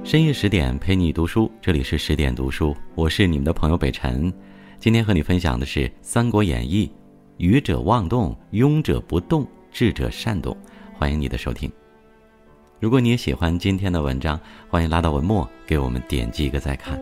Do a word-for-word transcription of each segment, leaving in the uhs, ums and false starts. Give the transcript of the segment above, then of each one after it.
深夜十点陪你读书，这里是十点读书，我是你们的朋友北辰。今天和你分享的是《三国演义》，愚者妄动，庸者不动，智者善动。欢迎你的收听。如果你也喜欢今天的文章，欢迎拉到文末给我们点击一个再看。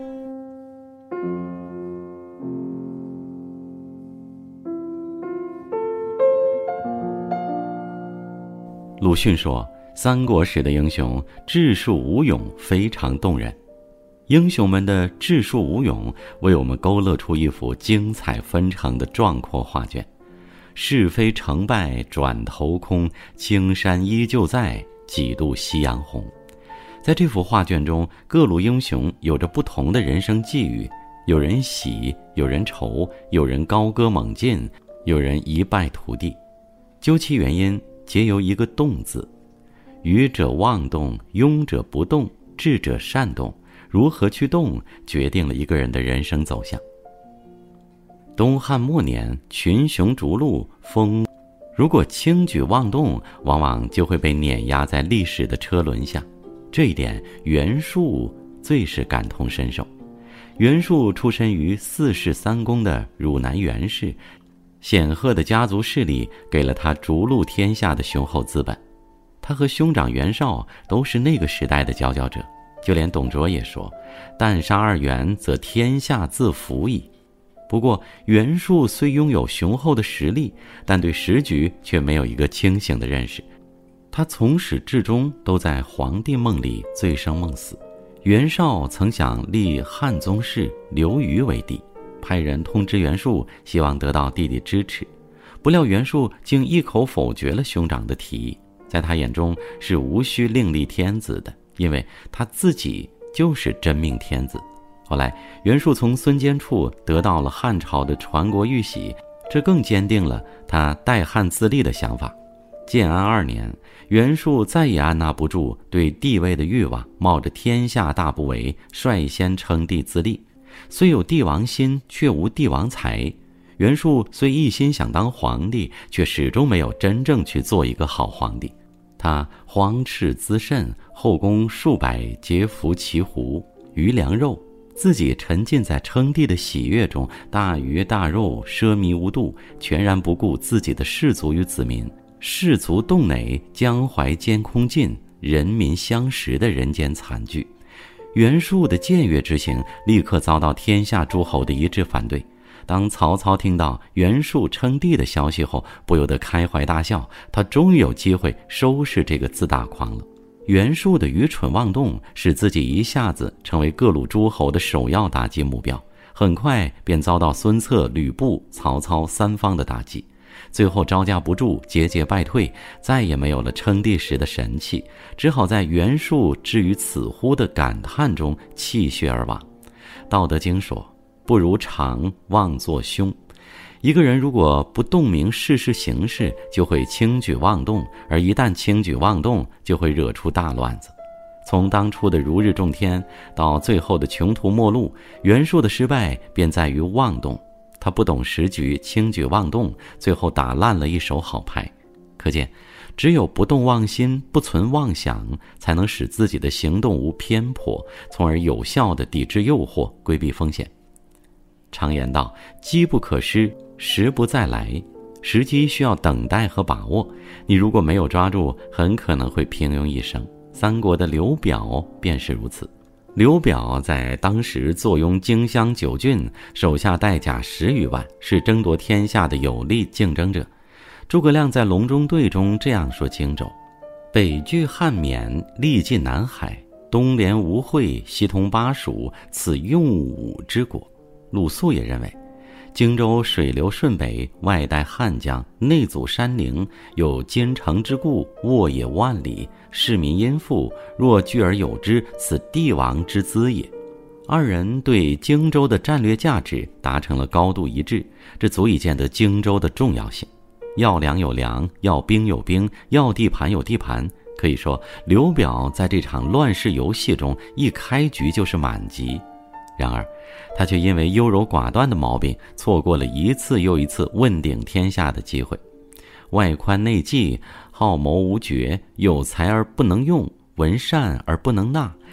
鲁迅说，三国时的英雄智术无勇，非常动人。英雄们的智术无勇，为我们勾勒出一幅精彩纷呈的壮阔画卷。是非成败转头空，青山依旧在，几度夕阳红。在这幅画卷中，各路英雄有着不同的人生际遇，有人喜，有人愁，有人高歌猛进，有人一败涂地。究其原因，皆由一个动字。愚者妄动，庸者不动，智者善动。如何去动，决定了一个人的人生走向。东汉末年，群雄逐鹿，风如果轻举妄动，往往就会被碾压在历史的车轮下。这一点袁术最是感同身受。袁术出身于四世三公的汝南袁氏，显赫的家族势力给了他逐鹿天下的雄厚资本。他和兄长袁绍都是那个时代的佼佼者，就连董卓也说，但杀二袁，则天下自服矣。不过袁术虽拥有雄厚的实力，但对时局却没有一个清醒的认识。他从始至终都在皇帝梦里醉生梦死。袁绍曾想立汉宗室刘虞为帝，派人通知袁术，希望得到弟弟支持。不料袁术竟一口否决了兄长的提议，在他眼中是无需另立天子的，因为他自己就是真命天子。后来袁术从孙坚处得到了汉朝的传国玉玺，这更坚定了他代汉自立的想法。建安二年，袁术再也按捺不住对帝位的欲望，冒着天下大不韪，率先称帝自立。虽有帝王心，却无帝王才。袁术虽一心想当皇帝，却始终没有真正去做一个好皇帝。他皇室滋甚，后宫数百皆服其胡，鱼粮肉，自己沉浸在称帝的喜悦中，大鱼大肉，奢靡无度，全然不顾自己的士族与子民。士卒洞馁，江淮间空尽，人民相食的人间惨剧。袁术的僭越之行立刻遭到天下诸侯的一致反对。当曹操听到袁术称帝的消息后，不由得开怀大笑，他终于有机会收拾这个自大狂了。袁术的愚蠢妄动，使自己一下子成为各路诸侯的首要打击目标，很快便遭到孙策、吕布、曹操三方的打击，最后招架不住，节节败退，再也没有了称帝时的神气，只好在袁术至于此乎的感叹中气血而亡。道德经说，不如常，妄作凶。一个人如果不洞明世事形势，就会轻举妄动，而一旦轻举妄动，就会惹出大乱子。从当初的如日中天到最后的穷途末路，袁术的失败便在于妄动。他不懂时局，轻举妄动，最后打烂了一手好牌。可见只有不动妄心，不存妄想，才能使自己的行动无偏颇，从而有效地抵制诱惑，规避风险。常言道，机不可失，时不再来。时机需要等待和把握，你如果没有抓住，很可能会平庸一生。三国的刘表便是如此。刘表在当时坐拥荆襄九郡，手下带甲十余万，是争夺天下的有力竞争者。诸葛亮在隆中对中这样说荆州：北据汉沔，历尽南海，东连吴会，西通巴蜀，此用武之国。鲁肃也认为，荆州水流顺北，外带汉江，内阻山陵，有金城之固，沃野万里，市民殷富，若聚而有之，此帝王之资也。二人对荆州的战略价值达成了高度一致，这足以见得荆州的重要性。要粮有粮，要兵有兵，要地盘有地盘。可以说，刘表在这场乱世游戏中一开局就是满级。然而他却因为优柔寡断的毛病，错过了一次又一次问鼎天下的机会。外宽内忌，好谋无决，有才而不能用，闻善而不能纳，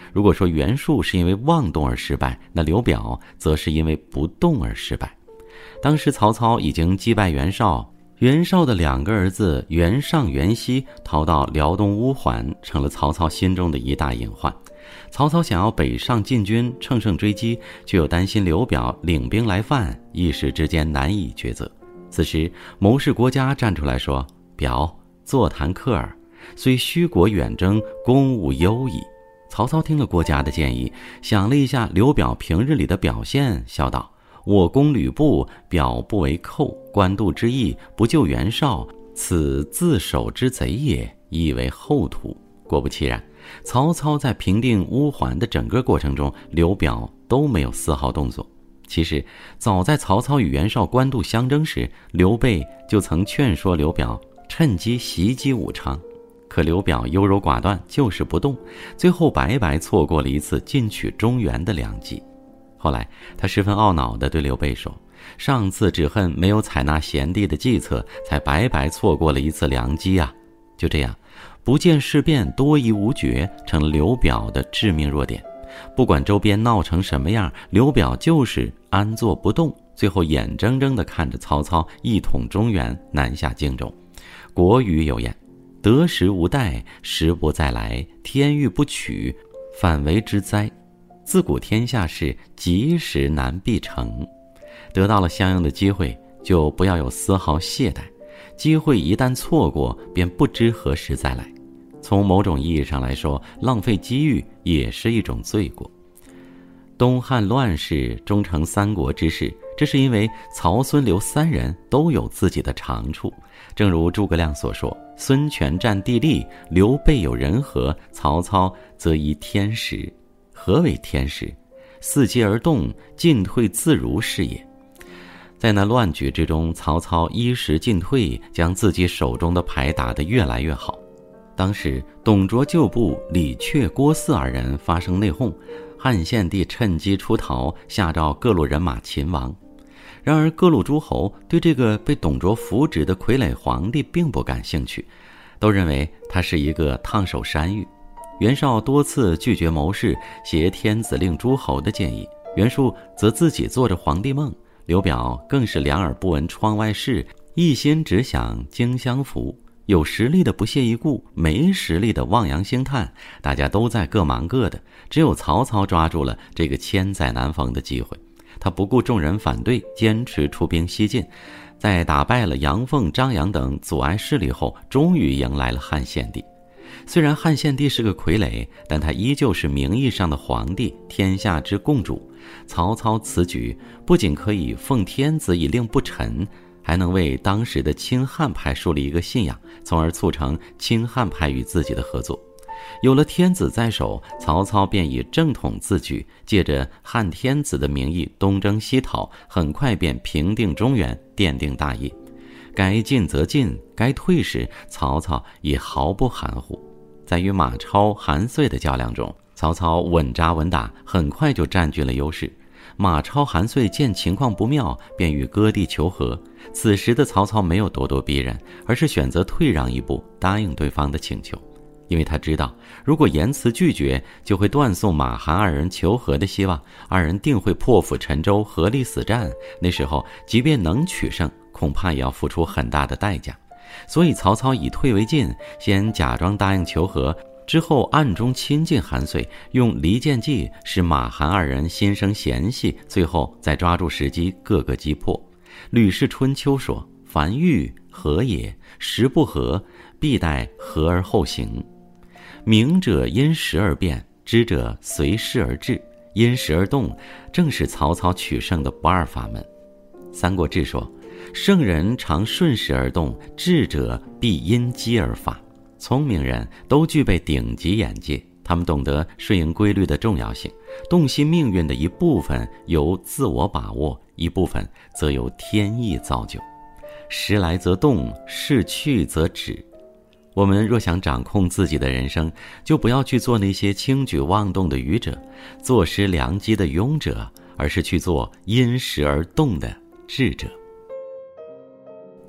如果说袁术是因为妄动而失败，那刘表则是因为不动而失败。当时曹操已经击败袁绍，袁绍的两个儿子袁尚、袁熙逃到辽东乌桓，成了曹操心中的一大隐患。曹操想要北上进军，乘胜追击，却又担心刘表领兵来犯，一时之间难以抉择。此时谋士郭嘉站出来说：表，坐谈客耳，虽虚国远征，公务优矣。曹操听了郭嘉的建议，想了一下刘表平日里的表现，笑道：我攻吕布，表不为寇，官渡之役，不救袁绍，此自守之贼也，亦为后图。果不其然，曹操在平定乌桓的整个过程中，刘表都没有丝毫动作。其实早在曹操与袁绍官渡相争时，刘备就曾劝说刘表趁机袭击武昌，可刘表优柔寡断，就是不动，最后白白错过了一次进取中原的良机。后来他十分懊恼地对刘备说：上次只恨没有采纳贤弟的计策，才白白错过了一次良机啊！就这样，不见事变，多疑无决，成了刘表的致命弱点。不管周边闹成什么样，刘表就是安坐不动，最后眼睁睁地看着曹操一统中原，南下荆州。国语有言：得时无待，时不再来，天欲不取，反为之灾。自古天下事，及时难必成。得到了相应的机会，就不要有丝毫懈怠，机会一旦错过，便不知何时再来。从某种意义上来说，浪费机遇也是一种罪过。东汉乱世终成三国之势，这是因为曹孙刘三人都有自己的长处。正如诸葛亮所说：孙权占地利，刘备有人和，曹操则宜天时。何为天时？伺机而动，进退自如是也。在那乱局之中，曹操依时进退，将自己手中的牌打得越来越好。当时董卓旧部李榷、郭汜二人发生内讧，汉献帝趁机出逃，下诏各路人马擒王。然而各路诸侯对这个被董卓扶植的傀儡皇帝并不感兴趣，都认为他是一个烫手山芋。袁绍多次拒绝谋士挟天子令诸侯的建议，袁术则自己做着皇帝梦，刘表更是两耳不闻窗外事，一心只想荆襄府。有实力的不屑一顾，没实力的望洋兴叹，大家都在各忙各的，只有曹操抓住了这个千载难逢的机会。他不顾众人反对，坚持出兵西进，在打败了杨奉、张扬等阻碍势力后，终于迎来了汉献帝。虽然汉献帝是个傀儡，但他依旧是名义上的皇帝，天下之共主。曹操此举不仅可以奉天子以令不臣，还能为当时的亲汉派树立一个信仰，从而促成亲汉派与自己的合作。有了天子在手，曹操便以正统自居，借着汉天子的名义东征西讨，很快便平定中原，奠定大业。该进则进，该退时，曹操也毫不含糊。在与马超、韩遂的较量中，曹操稳扎稳打，很快就占据了优势。马超、韩遂见情况不妙，便与割地求和。此时的曹操没有咄咄逼人，而是选择退让一步，答应对方的请求。因为他知道，如果言辞拒绝，就会断送马韩二人求和的希望，二人定会破釜沉舟，合力死战。那时候即便能取胜，恐怕也要付出很大的代价。所以曹操以退为进，先假装答应求和，之后暗中亲近韩遂，用离间计使马韩二人心生嫌隙，最后再抓住时机各个击破。吕氏春秋说：凡遇和也，时不和，必待和而后行。明者因时而变，知者随势而治，因时而动，正是曹操取胜的不二法门。三国志说：圣人常顺势而动，智者必因机而发。聪明人都具备顶级眼界，他们懂得顺应规律的重要性，洞悉命运的一部分由自我把握，一部分则由天意造就。时来则动，事去则止。我们若想掌控自己的人生，就不要去做那些轻举妄动的愚者，坐失良机的庸者，而是去做因时而动的智者。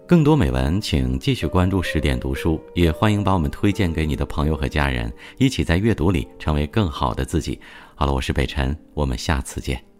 更多美文请继续关注十点读书，也欢迎把我们推荐给你的朋友和家人，一起在阅读里成为更好的自己。好了，我是北辰，我们下次见。